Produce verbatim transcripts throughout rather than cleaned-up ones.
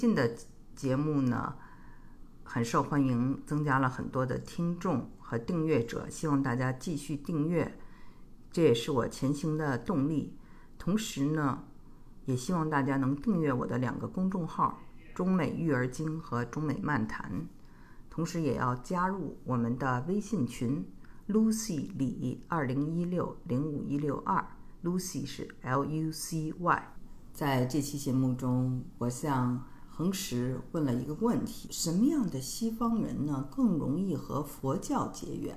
近的节目呢很受欢迎，增加了很多的听众和订阅者，希望大家继续订阅，这也是我前行的动力。同时呢，也希望大家能订阅我的两个公众号，中美育儿经和中美漫谈，同时也要加入我们的微信群 Lucy 李二零一六零五一六二 Lucy 是 L U C Y。 在这期节目中，我向恒石问了一个问题：什么样的西方人呢更容易和佛教结缘？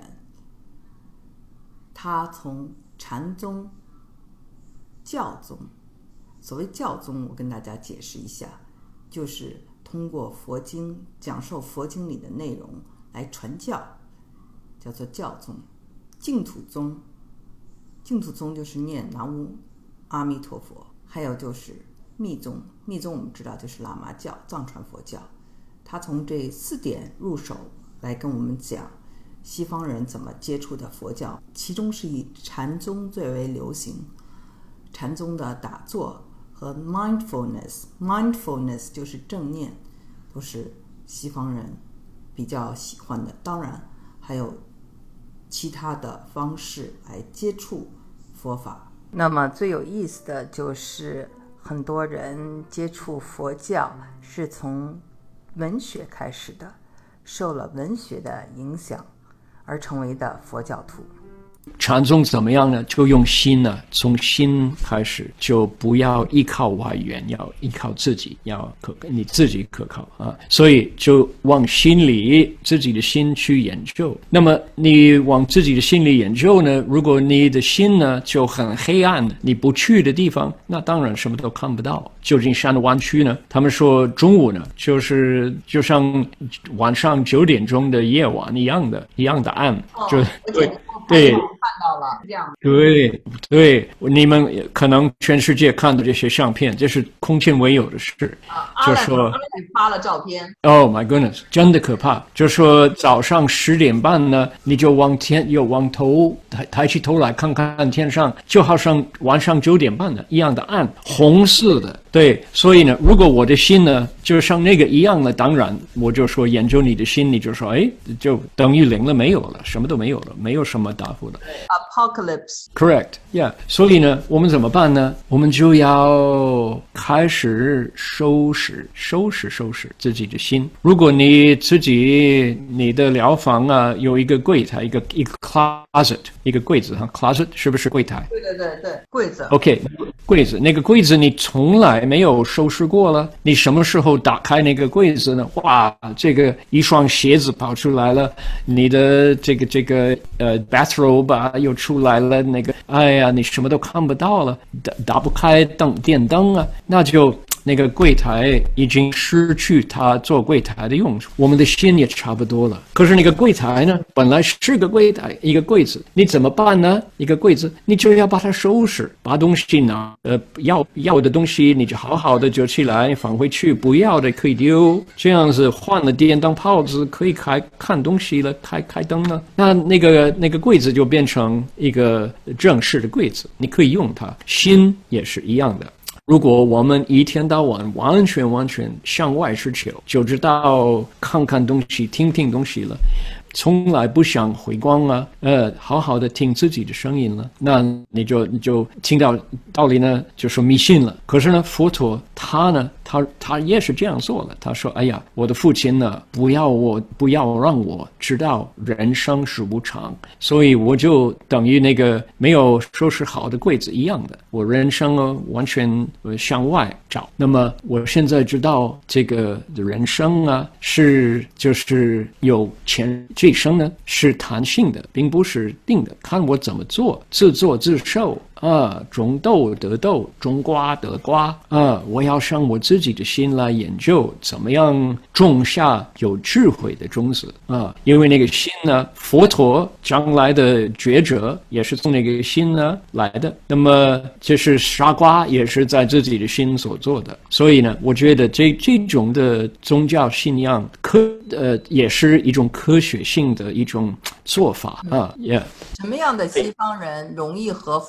他从禅宗、教宗，所谓教宗我跟大家解释一下，就是通过佛经讲授佛经里的内容来传教，叫做教宗。净土宗，净土宗就是念南无阿弥陀佛。还有就是密宗，密宗我们知道就是喇嘛教，藏传佛教。他从这四点入手来跟我们讲西方人怎么接触的佛教，其中是以禅宗最为流行。禅宗的打坐和 mindfulness mindfulness 就是正念，都是西方人比较喜欢的。当然还有其他的方式来接触佛法。那么最有意思的就是很多人接触佛教是从文学开始的，受了文学的影响而成为的佛教徒。 禅宗怎么样呢？就用心呢，从心开始，就不要依靠外援，要依靠自己，要可你自己可靠啊。所以就往心里自己的心去研究。那么你往自己的心里研究呢，如果你的心呢就很黑暗，你不去的地方，那当然什么都看不到。旧金山的湾区呢，他们说中午呢就是就像晚上九点钟的夜晚一样的，一样的暗， 哦、 就对。 对， 看到了这样。 对对，你们可能全世界看到这些相片，这是空前未有的事。 啊， 就说发了照片。 Oh my goodness， 真的可怕。就说早上十点半呢，你就往天又往头抬抬起头来看看天上，就好像晚上九点半的一样的暗，红色的。对，所以呢，如果我的心呢，就像那个一样的，当然我就说研究你的心，你就说，哎，就等于零了，没有了，什么都没有了，没有什么答复了。 Apocalypse。 Correct， yeah。所以呢，我们怎么办呢？我们就要开始收拾、收拾、收拾自己的心。如果你自己你的疗房啊有一个柜台，一个一个 closet， 一个柜子哈 ，closet 是不是柜台？ 对对对对，柜子。 OK， 柜子，那个柜子你从来没有收拾过了，你什么时候打开那个柜子呢？哇，这个一双鞋子跑出来了，你的这个这个呃 bathrobe 啊又出来了，那个哎呀，你什么都看不到了，打打不开灯电灯啊，那就那个柜台已经失去它做柜台的用处。我们的心也差不多了。可是那个柜台呢，本来是个柜台，一个柜子，你怎么办呢？一个柜子，你就要把它收拾，把东西呢，呃，要要的东西你就好好的折起来放回去，不要的可以丢。这样子换了电灯泡子，可以开看东西了，开开灯了。那那个那个柜子就变成一个正式的柜子，你可以用它。心也是一样的。如果我们一天到晚完全完全向外追求，就知道看看东西听听东西了，从来不想回光啊，呃，好好的听自己的声音了，那你就你就听到道理呢，就说迷信了。可是呢，佛陀他呢，他他也是这样做了。他说：“哎呀，我的父亲呢，不要我不要让我知道人生是无常，所以我就等于那个没有收拾好的柜子一样的，我人生呢完全向外找。那么我现在知道这个人生啊，是就是有前。”这一生呢是弹性的，并不是定的，看我怎么做，自作自受啊，种豆得豆，种瓜得瓜啊！我要向我自己的心来研究，怎么样种下有智慧的种子啊！因为那个心呢，佛陀将来的觉者也是从那个心呢来的。那么，这是傻瓜也是在自己的心所做的。所以呢，我觉得这这种的宗教信仰科呃也是一种科学性的一种做法啊。Yeah， 什么样的西方人容易和佛教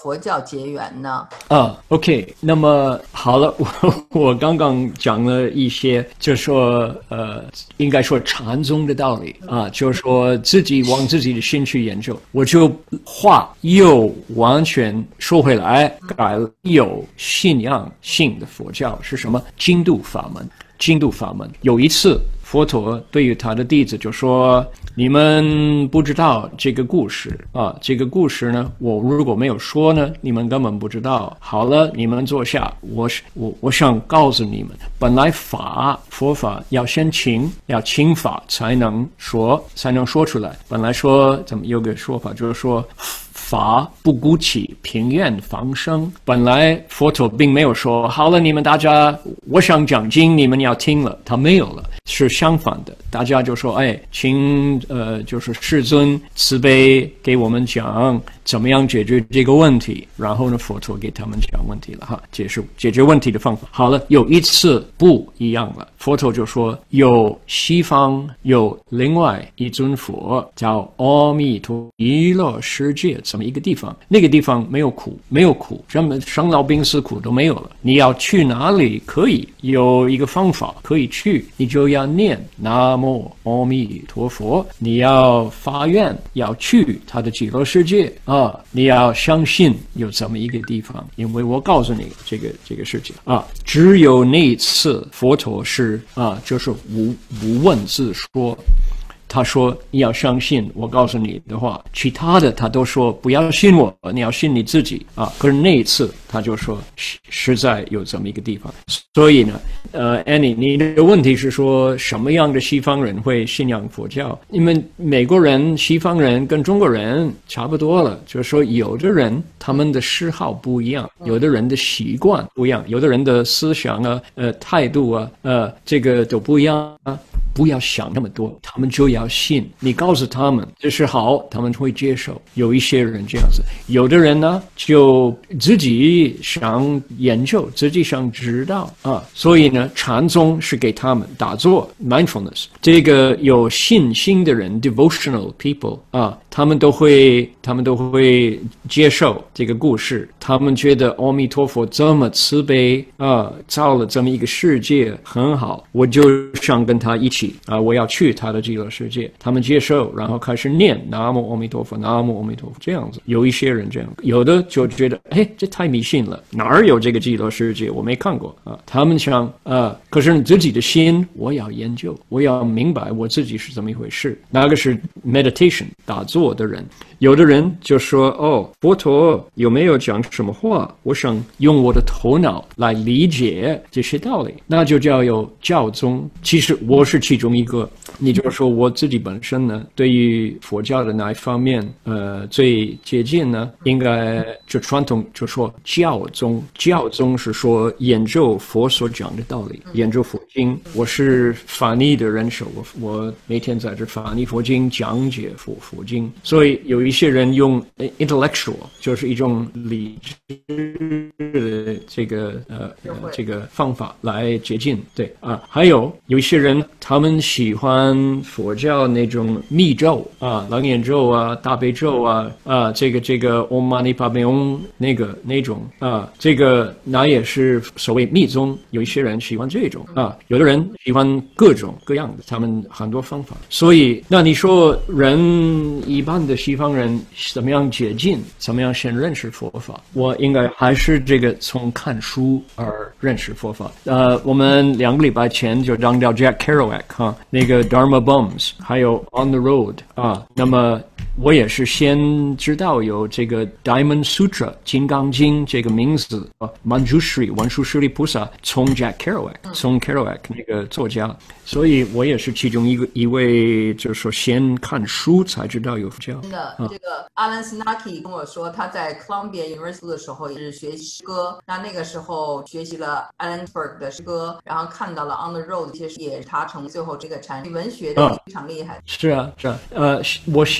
结缘呢？ 啊 ，OK， 那么好了，我我刚刚讲了一些，就说呃，应该说禅宗的道理啊，就是说自己往自己的心去研究，我就话又完全说回来，改了有信仰性的佛教是什么？净土法门。净土法门有一次，佛陀对于他的弟子就说：“你们不知道这个故事啊，这个故事呢，我如果没有说呢，你们根本不知道。好了，你们坐下，我我我想告诉你们，本来法佛法要先请，要请法才能说，才能说出来。本来说怎么有个说法就是说。”法不孤起，平愿放生。本来佛陀并没有说好了，你们大家，我想讲经，你们要听了，他没有了，是相反的。大家就说，哎，请呃，就是世尊慈悲给我们讲怎么样解决这个问题。然后呢，佛陀给他们讲问题了哈，解释解决问题的方法。好了，有一次不一样了，佛陀就说，有西方有另外一尊佛叫阿弥陀极乐世界。这么一个地方，那个地方没有苦，没有苦，什么生老病死苦都没有了。你要去哪里可以有一个方法可以去，你就要念南无阿弥陀佛，你要发愿要去他的极乐世界啊，你要相信有这么一个地方，因为我告诉你这个这个事情啊，只有那一次佛陀是啊，就是无无问自说。他说你要相信我告诉你的话，其他的他都说不要信我，你要信你自己啊。可是那一次他就说实在有这么一个地方。所以呢呃 Annie 你的问题是说什么样的西方人会信仰佛教？你们美国人西方人跟中国人差不多了，就是说有的人他们的嗜好不一样，有的人的习惯不一样，有的人的思想啊呃态度啊呃这个都不一样啊。不要想那么多，他们就要信。你告诉他们这是好，他们会接受。有一些人这样子，有的人呢就自己想研究，自己想知道啊。所以呢，禅宗是给他们打坐 mindfulness。这个有信心的人 ，devotional people 啊，他们都会，他们都会接受这个故事。他们觉得阿弥陀佛这么慈悲啊，造了这么一个世界很好，我就想跟他一起。啊，我要去他的极乐世界，他们接受，然后开始念南无阿弥陀佛，南无阿弥陀佛，这样子。有一些人这样，有的就觉得，哎，这太迷信了，哪儿有这个极乐世界？我没看过啊。他们想，啊，可是你自己的心，我要研究，我要明白我自己是怎么一回事。那个是 meditation 打坐的人，有的人就说，哦，佛陀有没有讲什么话？我想用我的头脑来理解这些道理，那就叫有教宗。其实我是其中一个，你就是说我自己本身呢，对于佛教的哪一方面，呃，最接近呢？应该就传统就说教宗，教宗是说研究佛所讲的道理，研究佛经。我是翻译的人手，我我每天在这翻译佛经，讲解佛佛经。所以有一些人用 intellectual， 就是一种理智的这个呃这个方法来接近，对啊，还有有一些人。他们喜欢佛教那种密咒啊，楞严咒啊，大悲咒啊，啊，这个这个 Om Mani Padme Hum 那个那种啊，这个那也是所谓密宗。有一些人喜欢这种啊，有的人喜欢各种各样的，他们很多方法。所以，那你说人一般的西方人怎么样接近，怎么样先认识佛法？我应该还是这个从看书而认识佛法。呃，我们两个礼拜前就讲到 Jack Kerouac 哈，那个 Dharma Bums， 还有 On the Road 啊，那么我也是先知道有这个 Diamond Sutra 金刚经这个名字啊 Manjushri 文殊师利菩萨从 Jack Kerouac 从 Kerouac 那个作家，所以我也是其中一个一位，就是说先看书才知道有佛教。 真的，啊、这个 Alan Snarky 跟我说，他在 Columbia University 的时候也是学诗歌，那那个时候学习了 Allen Ginsberg 的诗歌，然后看到了 On the Road， 其实也他成最后这个禅文学的非常厉害。 啊、是啊，是啊，呃，我希望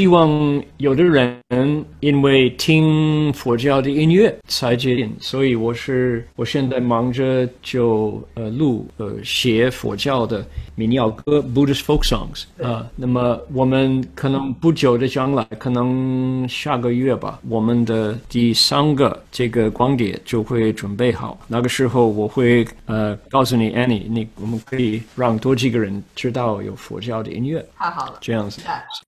能有的人因为听佛教的音乐才决定，所以我是我现在忙着就呃录呃写佛教的民谣歌 Buddhist folk songs 啊、呃，那么我们可能不久的将来，可能下个月吧，我们的第三个这个光碟就会准备好，那个时候我会呃告诉你 Annie， 你我们可以让多几个人知道有佛教的音乐， 太好了， 这样子。